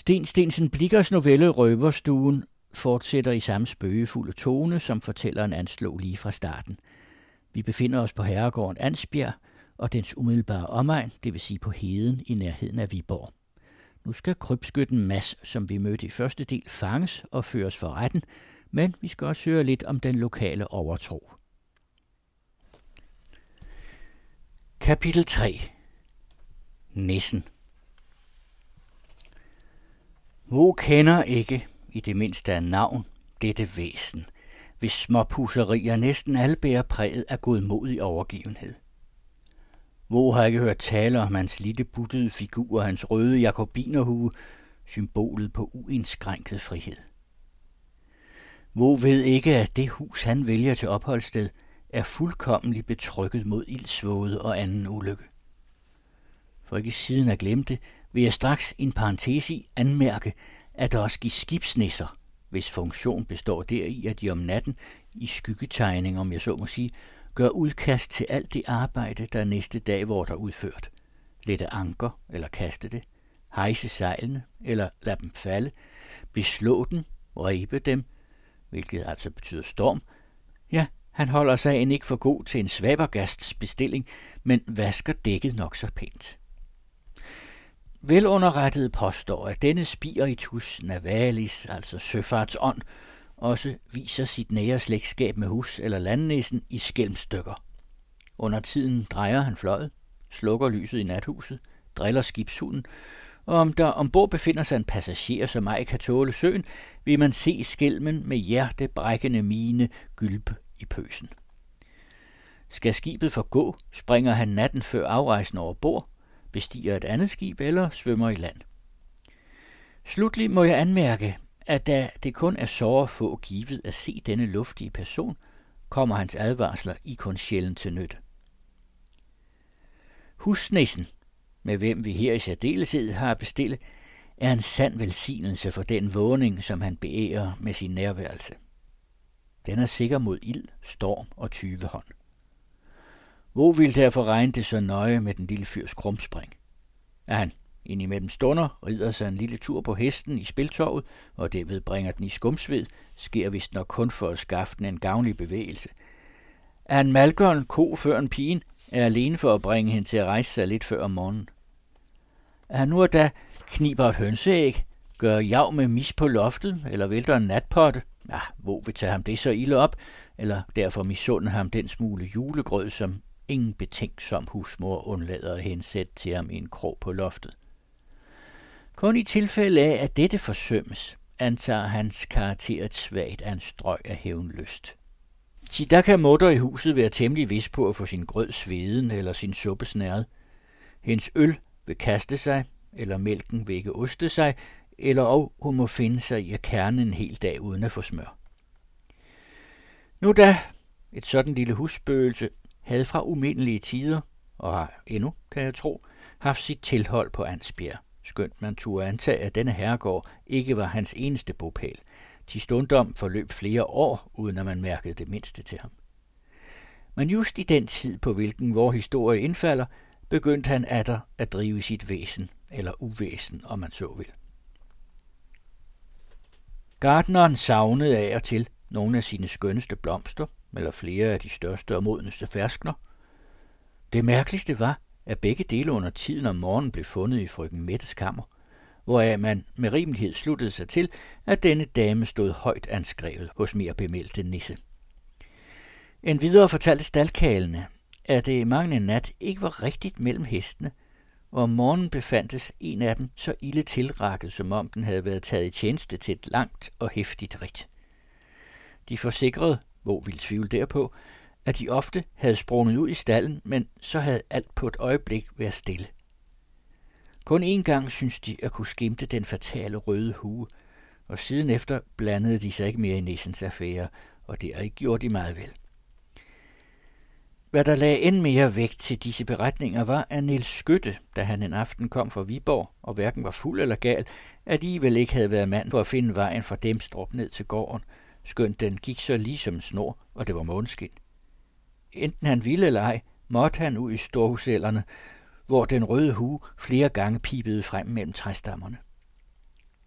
Sten Steensen Blichers novelle Røverstuen fortsætter i samme spøgefulde tone, som fortælleren anslog lige fra starten. Vi befinder os på herregården Ansbjerg og dens umiddelbare omegn, det vil sige på heden i nærheden af Viborg. Nu skal krybskytten Mads, som vi mødte i første del, fanges og føres for retten, men vi skal også høre lidt om den lokale overtro. Kapitel 3. Nissen. Hvor kender ikke, i det mindste af navn, dette væsen, hvis småpusserier næsten alle bærer præget af godmodig overgivenhed. Hvor har ikke hørt tale om hans lille buttede figur og hans røde jakobinerhue, symbolet på uindskrænket frihed. Hvor ved ikke, at det hus, han vælger til opholdssted, er fuldkommenligt betrykket mod ildsvåde og anden ulykke. For ikke siden at glemme det, vil jeg straks i en parentesi anmærke, at der også gives skibsnisser, hvis funktion består deri, at de om natten, i skyggetegning, om jeg så må sige, gør udkast til alt det arbejde, der næste dag hvor der udført. Lette anker eller kaste det, hejse sejlene eller lade dem falde, beslå den, ribe dem, hvilket altså betyder storm. Ja, han holder sig end ikke for god til en svabergasts bestilling, men vasker dækket nok så pænt. Velunderrettet påstår, at denne spiritus navalis, altså søfartsånd, også viser sit nære slægtskab med hus- eller landnissen i skælmstykker. Under tiden drejer han fløjet, slukker lyset i nathuset, driller skibshunden, og om der ombord befinder sig en passager, som ej kan tåle søen, vil man se skælmen med hjertebrækkende mine gylpe i pøsen. Skal skibet forgå, springer han natten før afrejsen over bord, bestiger et andet skib eller svømmer i land. Slutlig må jeg anmærke, at da det kun er såre få givet at se denne luftige person, kommer hans advarsler i kun sjældent til nytte. Husnissen, med hvem vi her i særdeleshed har at bestille, er en sand velsignelse for den vågning, som han beærer med sin nærværelse. Den er sikker mod ild, storm og tyvehånd. Hvor vil derfor regne det så nøje med den lille fyrs krumspring? At han indimellem stunder rider sig en lille tur på hesten i spiltorvet, og derved bringer den i skumsved, sker vist nok kun for at skaffe den en gavnlig bevægelse. At han malker en ko før en pigen, er alene for at bringe hende til at rejse sig lidt før om morgenen. At han nu og da kniber et hønseæg, gør jav med mis på loftet, eller vælter en natpotte, hvor vil tage ham det så ilde op, eller derfor misunde ham den smule julegrød, som ingen betænksom husmor undlader at hensætte til ham i en krog på loftet. Kun i tilfælde af, at dette forsømmes, antager hans karakter et svagt anstrøg af hævnlyst. Der kan mutter i huset være temmelig vis på at få sin grød sveden eller sin suppe snærret. Hendes øl vil kaste sig, eller mælken vil ikke oste sig, eller og hun må finde sig i at kerne en hel dag uden at få smør. Nu da et sådan lille husspøgelse havde fra umindelige tider, og har endnu, kan jeg tro, haft sit tilhold på Ansbjerg, skønt man turde antage, at denne herregård ikke var hans eneste bopæl. Til stundom forløb flere år, uden at man mærkede det mindste til ham. Men just i den tid, på hvilken vor historie indfalder, begyndte han atter at drive sit væsen, eller uvæsen, om man så vil. Gartneren savnede af og til nogle af sine skønneste blomster, eller flere af de største og modneste ferskner. Det mærkeligste var, at begge dele under tiden om morgenen blev fundet i frøken Mettes kammer, hvoraf man med rimelighed sluttede sig til, at denne dame stod højt anskrevet hos mere bemeldte nisse. Endvidere fortalte staldkalene, at det mange en nat ikke var rigtigt mellem hestene, og om morgenen befandtes en af dem så ilde tilrakket, som om den havde været taget i tjeneste til et langt og heftigt ridt. De forsikrede, hvor ville tvivl derpå, at de ofte havde sprunget ud i stallen, men så havde alt på et øjeblik været stille. Kun en gang syntes de at kunne skimte den fatale røde hue, og siden efter blandede de sig ikke mere i nissens affære, og det gjorde de meget vel. Hvad der lagde end mere vægt til disse beretninger var, at Niels Skytte, da han en aften kom fra Viborg og hverken var fuld eller gal, alligevel ikke havde været mand for at finde vejen fra Demstrup ned til gården, skønt den gik så lige som en snor, og det var måneskin. Enten han ville eller ej, måtte han ud i storhusælderne, hvor den røde hue flere gange pibede frem mellem træstammerne.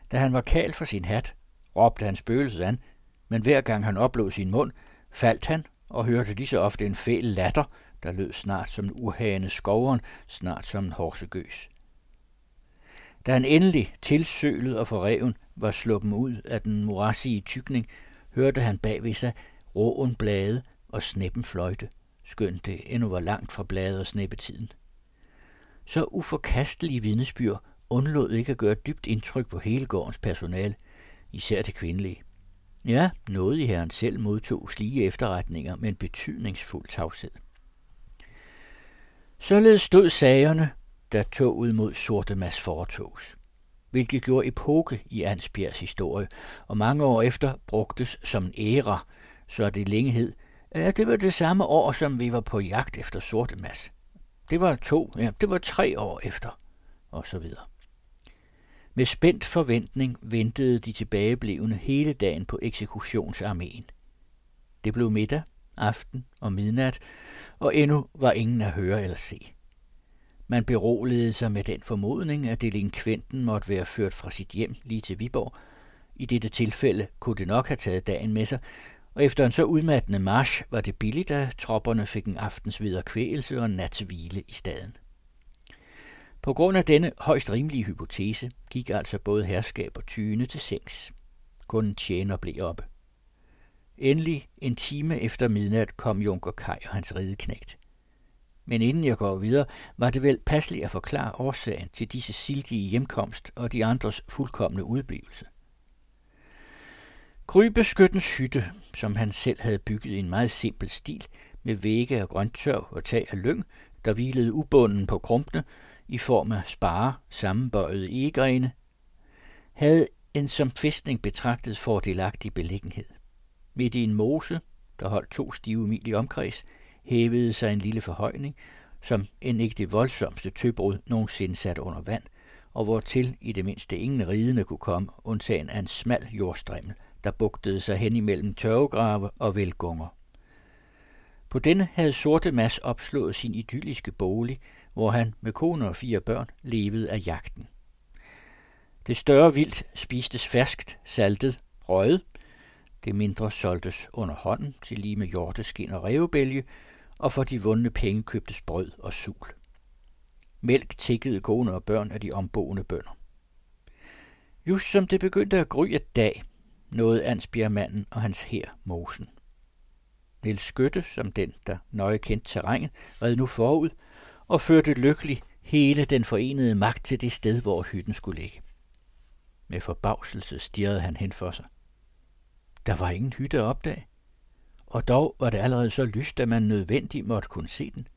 Da han var kal for sin hat, råbte han spøgelset an, men hver gang han oplod sin mund, faldt han og hørte lige så ofte en fæl latter, der lød snart som en urhane skoveren, snart som en horsegøs. Da han endelig, tilsølet og forreven, var sluppen ud af den morassige tykning, hørte han bagved sig råen blade og sneppen fløjte, skønt det endnu var langt fra blade og sneppetiden. Så uforkastelige vidnesbyrd undlod ikke at gøre dybt indtryk på hele gårdens personale, især det kvindelige. Ja, noget i herren selv modtog slige efterretninger med en betydningsfuld tavshed. Således stod sagerne, da toget mod Sorte Mads foretogs, hvilket gjorde epoke i Ansbjergs historie, og mange år efter brugtes som en æra, så det længe hed, at det var det samme år, som vi var på jagt efter Sorte Mads. Det var 3 år efter, og så videre. Med spændt forventning ventede de tilbageblevende hele dagen på eksekutionsarméen. Det blev middag, aften og midnat, og endnu var ingen at høre eller se. Man beroligede sig med den formodning, at delinkventen måtte være ført fra sit hjem lige til Viborg. I dette tilfælde kunne det nok have taget dagen med sig, og efter en så udmattende march var det billigt, at tropperne fik en aftens vederkvægelse og en nats hvile i staden. På grund af denne højst rimelige hypotese gik altså både herskab og tyne til sengs. Kun en tjener blev oppe. Endelig en time efter midnat kom Junker Kaj og hans rideknægt. Men inden jeg går videre, var det vel passeligt at forklare årsagen til disse sildige hjemkomst og de andres fuldkomne udblivelse. Grybeskyttens hytte, som han selv havde bygget i en meget simpel stil, med vægge af grønttørv og tag af lyng, der hvilede ubunden på krumpene i form af spare, sammenbøjede egegrene, havde en som fæstning betragtet fordelagtig beliggenhed. Midt i en mose, der holdt 2 stive mil i omkreds, hævede sig en lille forhøjning, som end ikke det voldsomste tøbrud nogensinde sat under vand, og hvortil i det mindste ingen ridende kunne komme, undtagen af en smal jordstrimmel, der bugtede sig hen imellem tørvegrave og vælgunger. På denne havde Sorte Mads opslået sin idylliske bolig, hvor han med kone og 4 børn levede af jagten. Det større vildt spistes ferskt, saltet, røget. Det mindre solgtes under hånden til lige med hjorteskin og rævebælge, og for de vundne penge købtes brød og sul. Mælk tikkede kone og børn af de omboende bønder. Just som det begyndte at gry af dag, nåede Ansbjergmanden og hans hær mosen. Niels Skytte, som den, der nøje kendte terrænet, red nu forud og førte lykkelig hele den forenede magt til det sted, hvor hytten skulle ligge. Med forbavselse stirrede han hen for sig. Der var ingen hytte at opdage, og dog var det allerede så lyst, at man nødvendigt måtte kunne se den.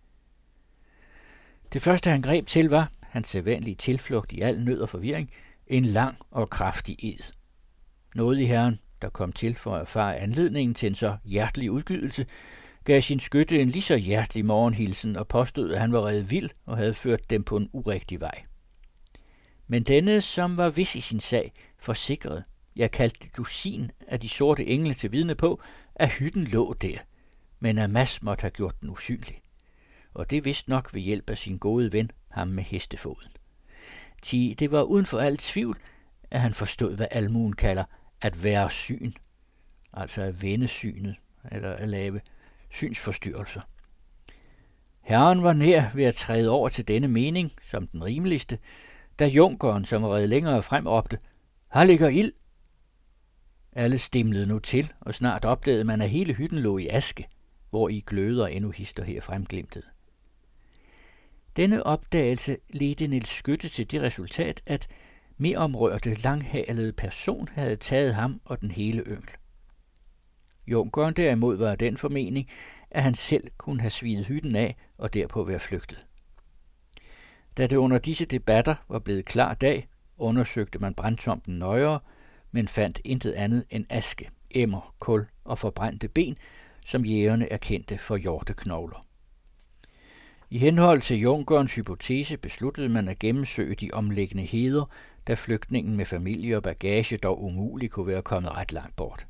Det første han greb til var, hans sædvanlige tilflugt i al nød og forvirring, en lang og kraftig ed. Noget i herren, der kom til for at erfare anledningen til en så hjertelig udgydelse, gav sin skytte en lige så hjertelig morgenhilsen og påstod, at han var reddet vild og havde ført dem på en urigtig vej. Men denne, som var vis i sin sag, forsikrede, jeg kaldte dusin af de sorte engle til vidne på, at hytten lå der, men at Mads måtte have gjort den usynlig. Og det vidste nok ved hjælp af sin gode ven, ham med hestefoden. Det var uden for alt tvivl, at han forstod, hvad almuen kalder at være syn, altså at vende synet, eller at lave synsforstyrrelser. Herren var nær ved at træde over til denne mening, som den rimeligste, da junkeren, som var reddet længere frem, råbte, her ligger ild. Alle stimlede nu til, og snart opdagede man, at hele hytten lå i aske, hvor i gløder endnu hister her fremglimtede. Denne opdagelse ledte Niels Skytte til det resultat, at meromrørte langhalede person havde taget ham og den hele yngel. Junkeren derimod var af den formening, at han selv kunne have svidet hytten af og derpå være flygtet. Da det under disse debatter var blevet klar dag, undersøgte man brandtomten nøjere, men fandt intet andet end aske, emmer, kul og forbrændte ben, som jægerne erkendte for hjorteknogler. I henhold til junkerens hypotese besluttede man at gennemsøge de omliggende heder, da flygtningen med familie og bagage dog umuligt kunne være kommet ret langt bort.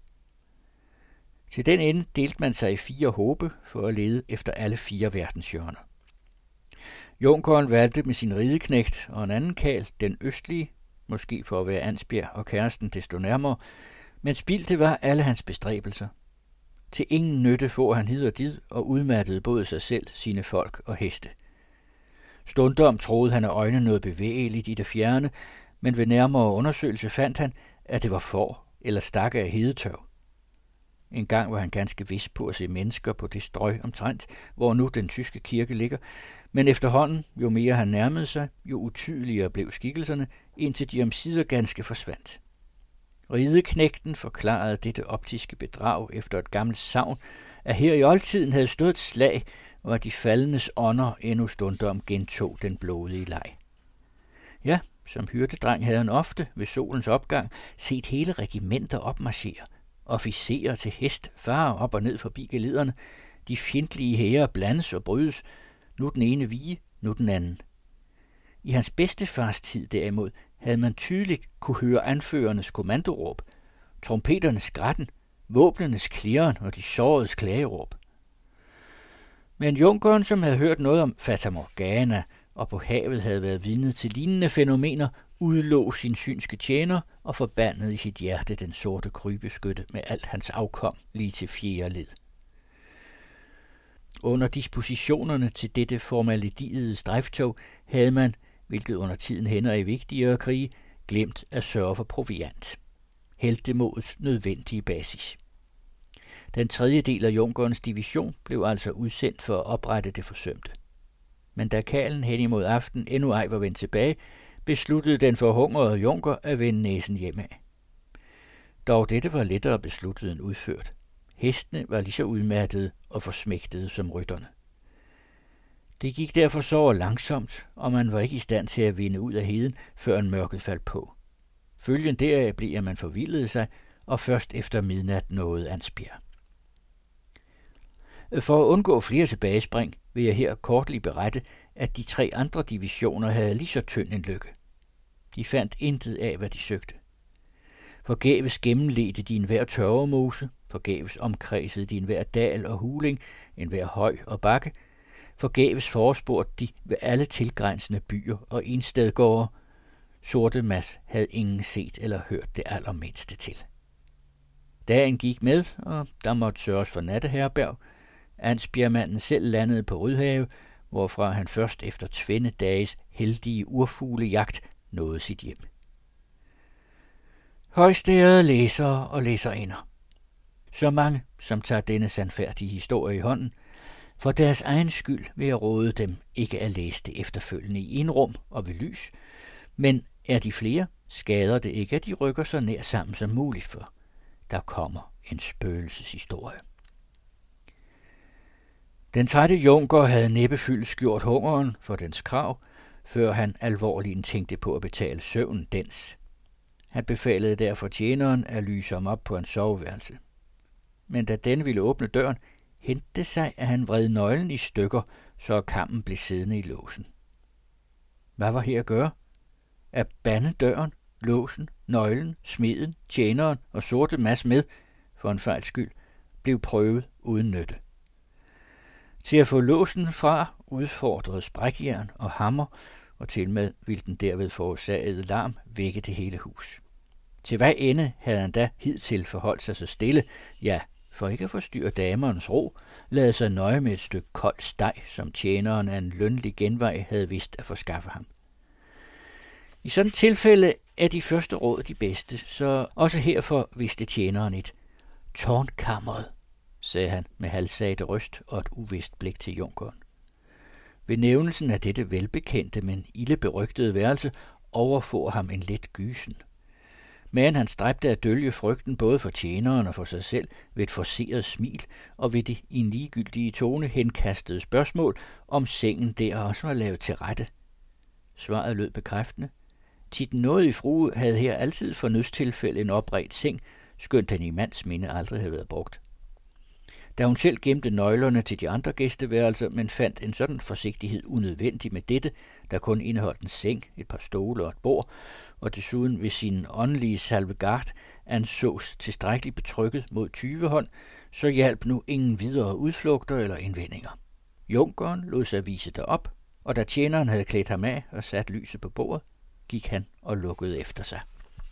Til den ende delte man sig i 4 håbe for at lede efter alle 4 verdenshjørner. Junkeren valgte med sin rideknægt og en anden karl den østlige, måske for at være Ansbjerg og kæresten desto nærmere, men spildte var alle hans bestræbelser. Til ingen nytte får han hid og did og udmattede både sig selv, sine folk og heste. Stundom troede han af øjne noget bevægeligt i det fjerne, men ved nærmere undersøgelse fandt han, at det var får eller stakke af hedetørv. En gang var han ganske vis på at se mennesker på det strøg omtrent, hvor nu den tyske kirke ligger, men efterhånden, jo mere han nærmede sig, jo utydeligere blev skikkelserne, indtil de omsider ganske forsvandt. Rideknægten forklarede dette optiske bedrag efter et gammelt sagn, at her i oldtiden havde stået et slag, og at de faldendes ånder endnu stundom gentog den blodige leg. Ja, som hyrdedreng havde han ofte ved solens opgang set hele regimenter opmarchere, officerer til hest fare op og ned forbi gelederne, de fjendtlige hære blandes og brydes, nu den ene vige, nu den anden. I hans bedstefars tid derimod havde man tydeligt kunne høre anførernes kommandoråb, trompeternes skratten, våbnenes klirren og de såredes klageråb. Men junkeren, som havde hørt noget om Fata Morgana og på havet havde været vidne til lignende fænomener, udlå sin synske tjener og forbandede i sit hjerte den sorte krybeskytte med alt hans afkom lige til fjerde led. Under dispositionerne til dette formalidiede strejftog havde man, hvilket under tiden hænder i vigtigere krige, glemt at sørge for proviant. Heltemodets nødvendige basis. Den tredje del af junkerens division blev altså udsendt for at oprette det forsømte. Men da Karlen hen imod aften endnu ej var vendt tilbage, besluttede den forhungrede junker at vende næsen hjemad. Dog dette var lettere besluttet end udført. Hestene var lige så udmattede og forsmægtede som rytterne. Det gik derfor så langsomt, og man var ikke i stand til at vinde ud af heden, før mørket faldt på. Følgen deraf blev, at man forvildede sig, og først efter midnat nåede Ansbjerg. For at undgå flere tilbagespring, vil jeg her kortligt berette, at de 3 andre divisioner havde lige så tynd en lykke. De fandt intet af, hvad de søgte. Forgæves gennemledte de enhver tørvemose, forgæves omkredsede de enhver dal og huling, enhver høj og bakke, forgæves forespurgte de ved alle tilgrænsende byer og enstedgårde. Sorte Mads havde ingen set eller hørt det allermindste til. Dagen gik med, og der måtte sørges for natteherberg. Ansbjergmanden selv landede på Rydhave, hvorfra han først efter tvende dages heldige urfuglejagt nåede sit hjem. Højstærede læsere og læserinder. Så mange, som tager denne sandfærdige historie i hånden, for deres egen skyld vil jeg råde dem ikke at læse det efterfølgende i enrum og ved lys, men er de flere, skader det ikke, at de rykker så nær sammen som muligt, for der kommer en spøgelseshistorie. Den trætte junker havde næppe fyldestgjort hungeren for dens krav, før han alvorligt tænkte på at betale søvnen dens. Han befalede derfor tjeneren at lyse ham op på en soveværelse. Men da den ville åbne døren, hentede det sig, at han vred nøglen i stykker, så kammen blev siddende i låsen. Hvad var her at gøre? At bande døren, låsen, nøglen, smeden, tjeneren og sorte Mads med, for en fejls skyld, blev prøvet uden nytte. Til at få låsen fra udfordrede sprækjern og hammer, og tilmed ville den derved forårsagede larm vække det hele hus. Til hvad ende havde han da hidtil forholdt sig så stille, ja, for ikke at forstyrre damernes ro, lade sig nøje med et stykke kold steg, som tjeneren af en lønlig genvej havde vidst at forskaffe ham. I sådan et tilfælde er de første råd de bedste, så også herfor vidste tjeneren et. Tårnkammeret, sagde han med halvsagte røst og et uvist blik til junkeren. Ved nævnelsen af dette velbekendte, men ilde berygtede værelse, overfor ham en let gysen. Men han stræbte at dølge frygten både for tjeneren og for sig selv ved et forceret smil og ved det i en ligegyldige tone henkastede spørgsmål, om sengen der også var lavet til rette. Svaret lød bekræftende. Den nådige frue havde her altid for nødstilfælde en opredt seng, skønt den i mands minde aldrig havde været brugt. Da hun selv gemte nøglerne til de andre gæsteværelser, men fandt en sådan forsigtighed unødvendig med dette, der kun indeholdt en seng, et par stole og et bord, og desuden ved sin åndelige salvegard ansås tilstrækkeligt betrykket mod 20-hånd, så hjalp nu ingen videre udflugter eller indvendinger. Junkeren lod sig vise derop, og da tjeneren havde klædt ham af og sat lyset på bordet, gik han og lukkede efter sig.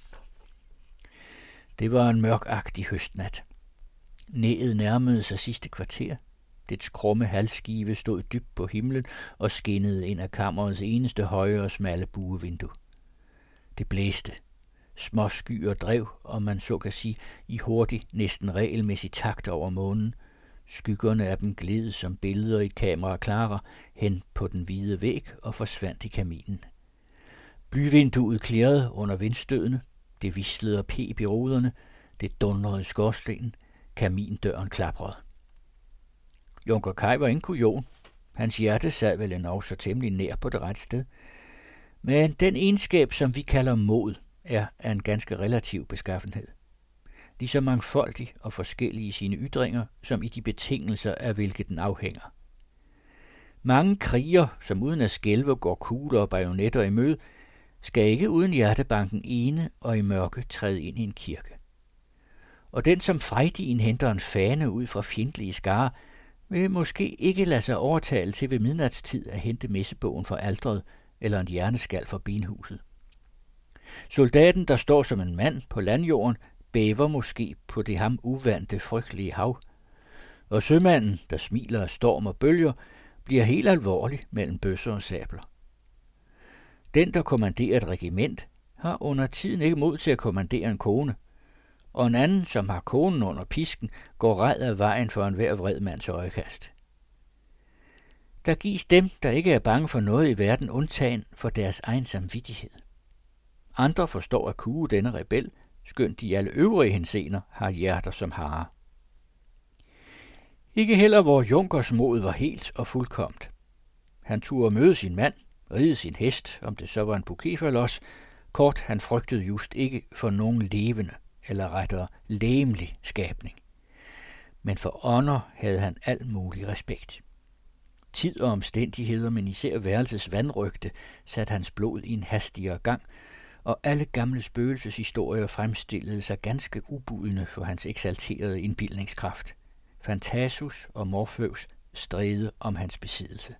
Det var en mørkagtig høstnat. Næet nærmede sig sidste kvarter. Dets krumme halsskive stod dybt på himlen og skinnede ind af kammerets eneste høje og smalle buevindue. Det blæste. Små skyer drev, om man så kan sige, i hurtig, næsten regelmæssig takt over månen. Skyggerne af dem gled som billeder i et kamera klarer hen på den hvide væg og forsvandt i kaminen. Blyvinduet klirrede under vindstødene. Det vislede og peb i ruderne. Det dundrede i skorstenen. Kamindøren klaprede. Junker Kaj var ingen kujon. Hans hjerte sad vel endnu så temmelig nær på det rette sted. Men den egenskab, som vi kalder mod, er af en ganske relativ beskaffenhed. Lige så mangfoldig og forskellig i sine ytringer, som i de betingelser, af hvilke den afhænger. Mange kriger, som uden at skælve går kugler og bajonetter i møde, skal ikke uden hjertebanken ene og i mørke træde ind i en kirke. Og den, som frejdigen henter en fane ud fra fjendtlige skare, vil måske ikke lade sig overtale til ved midnatstid at hente messebogen fra alteret eller en hjerneskal fra benhuset. Soldaten, der står som en mand på landjorden, bæver måske på det ham uvante, frygtelige hav. Og sømanden, der smiler af storm og bølger, bliver helt alvorlig mellem bøsser og sabler. Den, der kommanderer et regiment, har under tiden ikke mod til at kommandere en kone, og en anden, som har konen under pisken, går red af vejen for enhver vred mands øjekast. Der gives dem, der ikke er bange for noget i verden, undtagen for deres egen samvittighed. Andre forstår at kue denne rebel, skønt de i alle øvrige henseender har hjerter som hare. Ikke heller vor junkers mod var helt og fuldkomt. Han turde møde sin mand, ride sin hest, om det så var en bukefalos. Kort, han frygtede just ikke for nogen levende, eller rettere legemlig skabning. Men for ånder havde han al mulig respekt. Tid og omstændigheder, men især værelsets vandrygte, satte hans blod i en hastigere gang, og alle gamle spøgelseshistorier fremstillede sig ganske ubudne for hans eksalterede indbildningskraft. Fantasus og Morfeus stræde om hans besiddelse.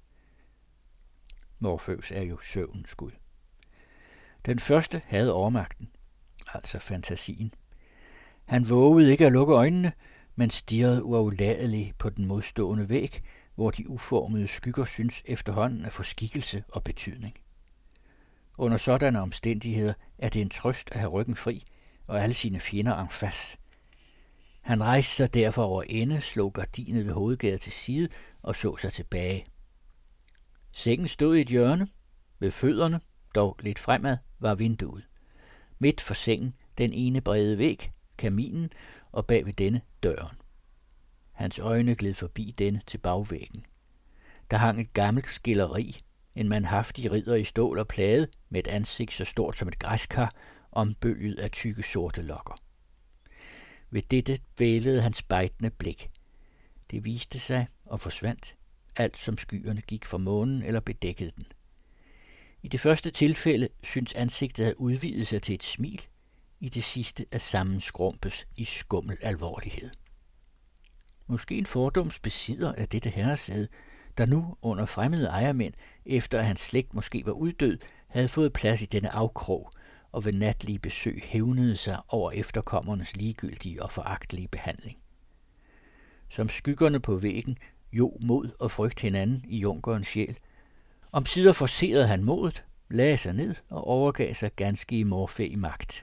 Morfeus er jo søvnens gud. Den første havde overmagten, altså fantasien. Han vågede ikke at lukke øjnene, men stirrede uafladeligt på den modstående væg, hvor de uformede skygger synes efterhånden at få skikkelse og betydning. Under sådanne omstændigheder er det en trøst at have ryggen fri og alle sine fjender en face. Han rejste sig derfor over ende, slog gardinet ved hovedgade til side og så sig tilbage. Sengen stod i et hjørne. Ved fødderne, dog lidt fremad, var vinduet. Midt for sengen den ene brede væg, kaminen, og bag ved denne døren. Hans øjne gled forbi denne til bagvæggen. Der hang et gammelt skilleri, en manhaftig ridder i stål og plade, med et ansigt så stort som et græskar, ombølget af tykke sorte lokker. Ved dette vælede hans bejtende blik. Det viste sig og forsvandt, alt som skyerne gik fra månen eller bedækkede den. I det første tilfælde synes ansigtet at udvide sig til et smil, i det sidste at sammenskrumpes i skummel alvorlighed. Måske en fordoms besidder af dette herresæde, der nu under fremmede ejermænd, efter at hans slægt måske var uddød, havde fået plads i denne afkrog, og ved natlige besøg hævnede sig over efterkommernes ligegyldige og foragtelige behandling. Som skyggerne på væggen jo mod og frygt hinanden i junkerens sjæl. Omsider forcerede han modet, lagde sig ned og overgav sig ganske i morfæg magt.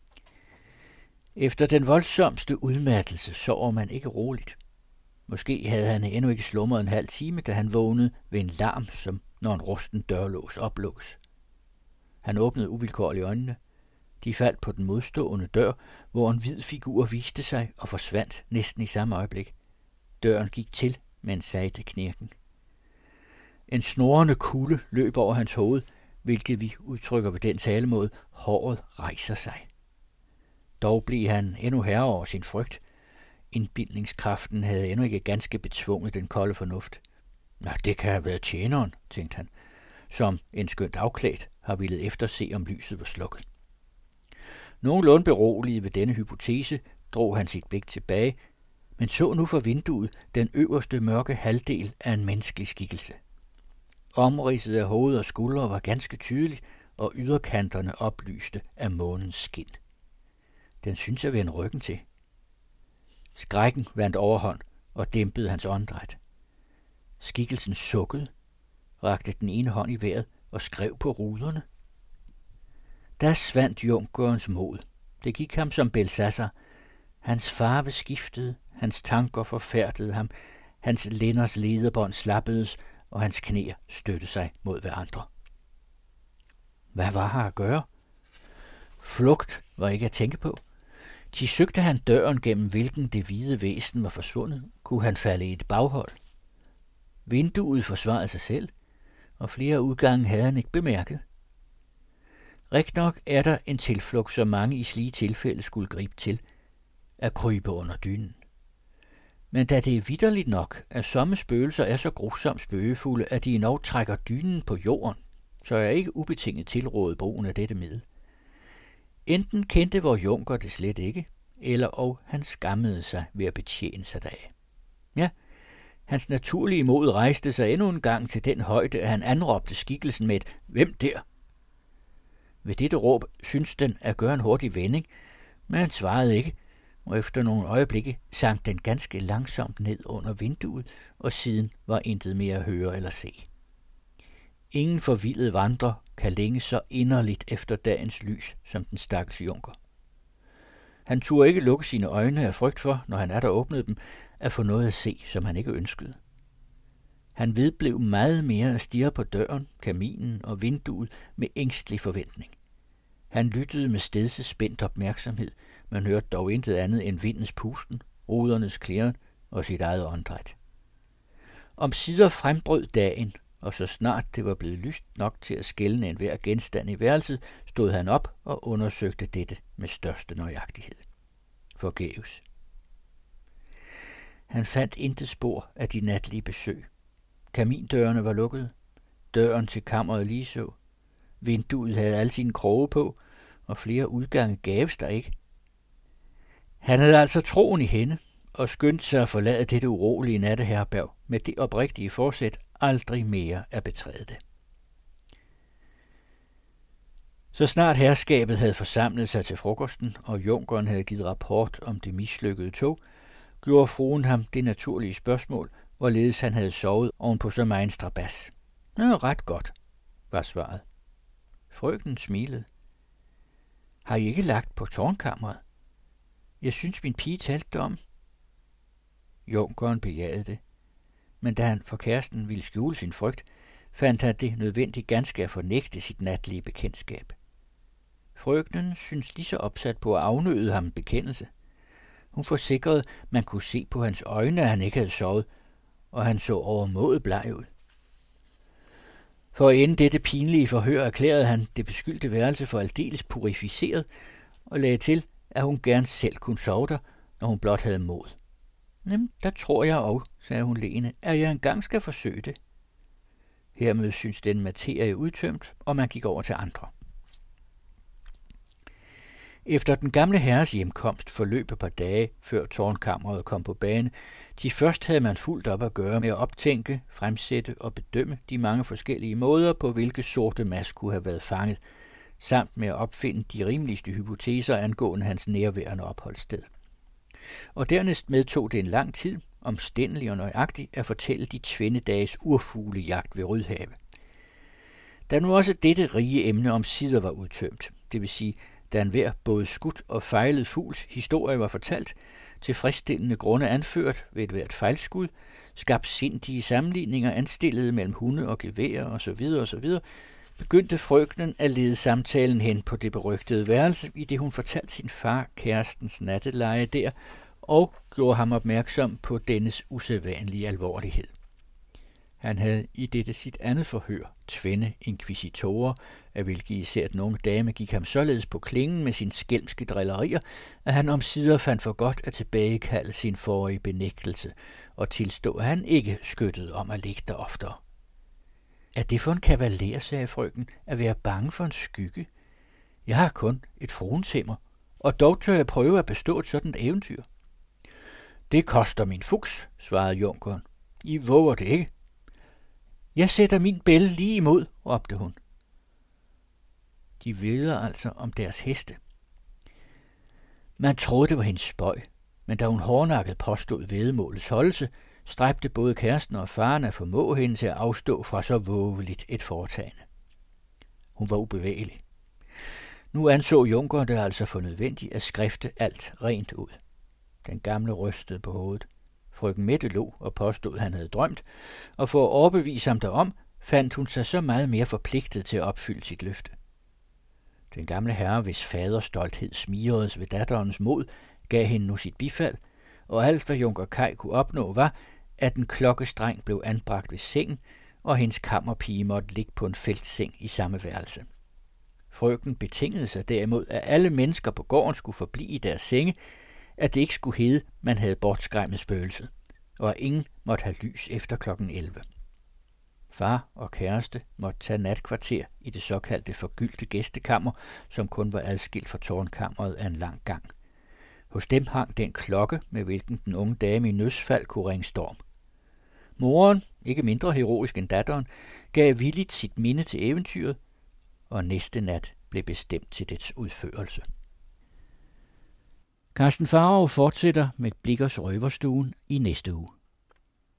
Efter den voldsomste udmattelse sover man ikke roligt. Måske havde han endnu ikke slumret en halv time, da han vågnede ved en larm, som når en rusten dørlås oplukkes. Han åbnede uvilkårligt øjnene. De faldt på den modstående dør, hvor en hvid figur viste sig og forsvandt næsten i samme øjeblik. Døren gik til med en sagte knirken. En snorrende kulde løb over hans hoved, hvilket vi udtrykker ved den talemåde, håret rejser sig. Dog blev han endnu herre over sin frygt. Indbildningskraften havde endnu ikke ganske betvunget den kolde fornuft. Nå, det kan have været tjeneren, tænkte han, som en skønt afklædt har villet efterse, om lyset var slukket. Nogenlunde beroliget ved denne hypotese, drog han sit blik tilbage, men så nu fra vinduet den øverste mørke halvdel af en menneskelig skikkelse. Omridset af hoved og skuldre var ganske tydeligt, og yderkanterne oplyste af månens skin. Den syntes at vende ryggen til. Skrækken vandt overhånd og dæmpede hans åndedræt. Skikkelsen sukkede, rakte den ene hånd i vejret og skrev på ruderne. Der svandt junkerens mod. Det gik ham som Belsassar. Hans farve skiftede, hans tanker forfærdede ham, hans lænders lederbånd slappedes, og hans knæer støttede sig mod hverandre. Hvad var her at gøre? Flugt var ikke at tænke på. Søgte han døren, gennem hvilken det hvide væsen var forsvundet, kunne han falde i et baghold. Vinduet forsvarede sig selv, og flere udgange havde han ikke bemærket. Rigtignok er der en tilflugt, som mange i slige tilfælde skulle gribe til, at krybe under dynen. Men da det er vitterligt nok, at somme spøgelser er så grusomt spøgefulde, at de endog trækker dynen på jorden, så er jeg ikke ubetinget tilrådet brugen af dette middel. Enten kendte vor junker det slet ikke, eller og han skammede sig ved at betjene sig deraf. Ja, hans naturlige mod rejste sig endnu en gang til den højde, at han anråbte skikkelsen med et "Hvem der?" Ved dette råb syntes den at gøre en hurtig vending, men han svarede ikke, og efter nogle øjeblikke sank den ganske langsomt ned under vinduet, og siden var intet mere at høre eller se. Ingen forvildet vandrer kan længe så inderligt efter dagens lys, som den stakkels junker. Han turde ikke lukke sine øjne af frygt for, når han der åbnede dem, at få noget at se, som han ikke ønskede. Han vedblev meget mere at stirre på døren, kaminen og vinduet med ængstelig forventning. Han lyttede med stedse spændt opmærksomhed, men hørte dog intet andet end vindens pusten, rudernes klirren og sit eget åndedræt. Omsider frembrød dagen, og så snart det var blevet lyst nok til at skelne enhver genstand i værelset, stod han op og undersøgte dette med største nøjagtighed. Forgæves. Han fandt intet spor af de natlige besøg. Kamindørene var lukket, døren til kammeret ligeså, vinduet havde alle sine kroge på, og flere udgange gaves der ikke. Han havde altså troen i hende, og skyndte sig at forlade dette urolige natteherberg med det oprigtige forsæt aldrig mere at betræde det. Så snart herskabet havde forsamlet sig til frokosten, og junkeren havde givet rapport om det mislykkede tog, gjorde fruen ham det naturlige spørgsmål, hvorledes han havde sovet oven på så megen strabas. Ret godt, var svaret. Frøken smilede. Har I ikke lagt på tårnkammeret? Jeg synes, min pige talte om. Junkeren bejagede det, men da han for kæresten ville skjule sin frygt, fandt han det nødvendigt ganske at fornægte sit natlige bekendtskab. Frøkenen syntes lige så opsat på at afnøde ham en bekendelse. Hun forsikrede, man kunne se på hans øjne, at han ikke havde sovet, og han så overmåde bleg ud. For inden dette pinlige forhør erklærede han det beskyldte værelse for aldeles purificeret, og lagde til, at hun gerne selv kunne sove der, når hun blot havde mod. Jamen, der tror jeg også, sagde hun leende, at jeg engang skal forsøge det. Hermed synes den materie udtømt, og man gik over til andre. Efter den gamle herres hjemkomst forløb et par dage, før tårnkammeret kom på bane, til først havde man fuldt op at gøre med at optænke, fremsætte og bedømme de mange forskellige måder, på hvilke sorte mas kunne have været fanget, samt med at opfinde de rimeligste hypoteser angående hans nærværende opholdssted. Og dernæst medtog det en lang tid, omstændelig og nøjagtig, at fortælle de tvendedages urfuglejagt ved Rødhave. Da nu også dette rige emne omsider var udtømt, det vil sige, da enhver både skudt og fejlet fugls historie var fortalt, tilfredsstillende grunde anført ved et hvert fejlskud, skabsindige sammenligninger anstillede mellem hunde og geværer osv., begyndte frøkenen at lede samtalen hen på det berygtede værelse, i det hun fortalte sin far kærestens natteleje der, og gjorde ham opmærksom på dennes usædvanlige alvorlighed. Han havde i dette sit andet forhør tvende inkvisitorer, af hvilke især den unge dame gik ham således på klingen med sine skælmske drillerier, at han omsider fandt for godt at tilbagekalde sin forrige benægtelse og tilstå, at han ikke skyttede om at ligge der oftere. Er det for en kavaler, sagde frøken, at være bange for en skygge? Jeg har kun et fruensimmer, og dog tør jeg prøve at bestå et sådan eventyr. Det koster min fuchs, svarede junkeren. I våger det ikke. Jeg sætter min bælle lige imod, råbte hun. De veder altså om deres heste. Man troede, det var hendes spøg, men da hun hårdnakket påstod væddemålets holdelse, stræbte både kæresten og faren at formå hende til at afstå fra så voveligt et foretagende. Hun var ubevægelig. Nu anså Junker det altså for nødvendigt at skrifte alt rent ud. Den gamle rystede på hovedet. Frøken Mette lå og påstod, han havde drømt, og for at overbevise ham derom, fandt hun sig så meget mere forpligtet til at opfylde sit løfte. Den gamle herre, hvis faders stolthed smiredes ved datterens mod, gav hende nu sit bifald, og alt hvad Junker Kaj kunne opnå var, at en klokkestreng blev anbragt ved sengen, og hendes kammerpige måtte ligge på en feltseng i samme værelse. Frøken betingede sig derimod, at alle mennesker på gården skulle forblive i deres senge, at det ikke skulle hedde, man havde bortskræmmet spøgelset, og at ingen måtte have lys efter klokken 11. Far og kæreste måtte tage natkvarter i det såkaldte forgyldte gæstekammer, som kun var adskilt fra tårnkammeret af en lang gang. Hos dem hang den klokke, med hvilken den unge dame i nødsfald kunne ringe storm. Moren, ikke mindre heroisk end datteren, gav villigt sit minde til eventyret, og næste nat blev bestemt til dets udførelse. Carsten Faurow fortsætter med Blichers Røverstuen i næste uge.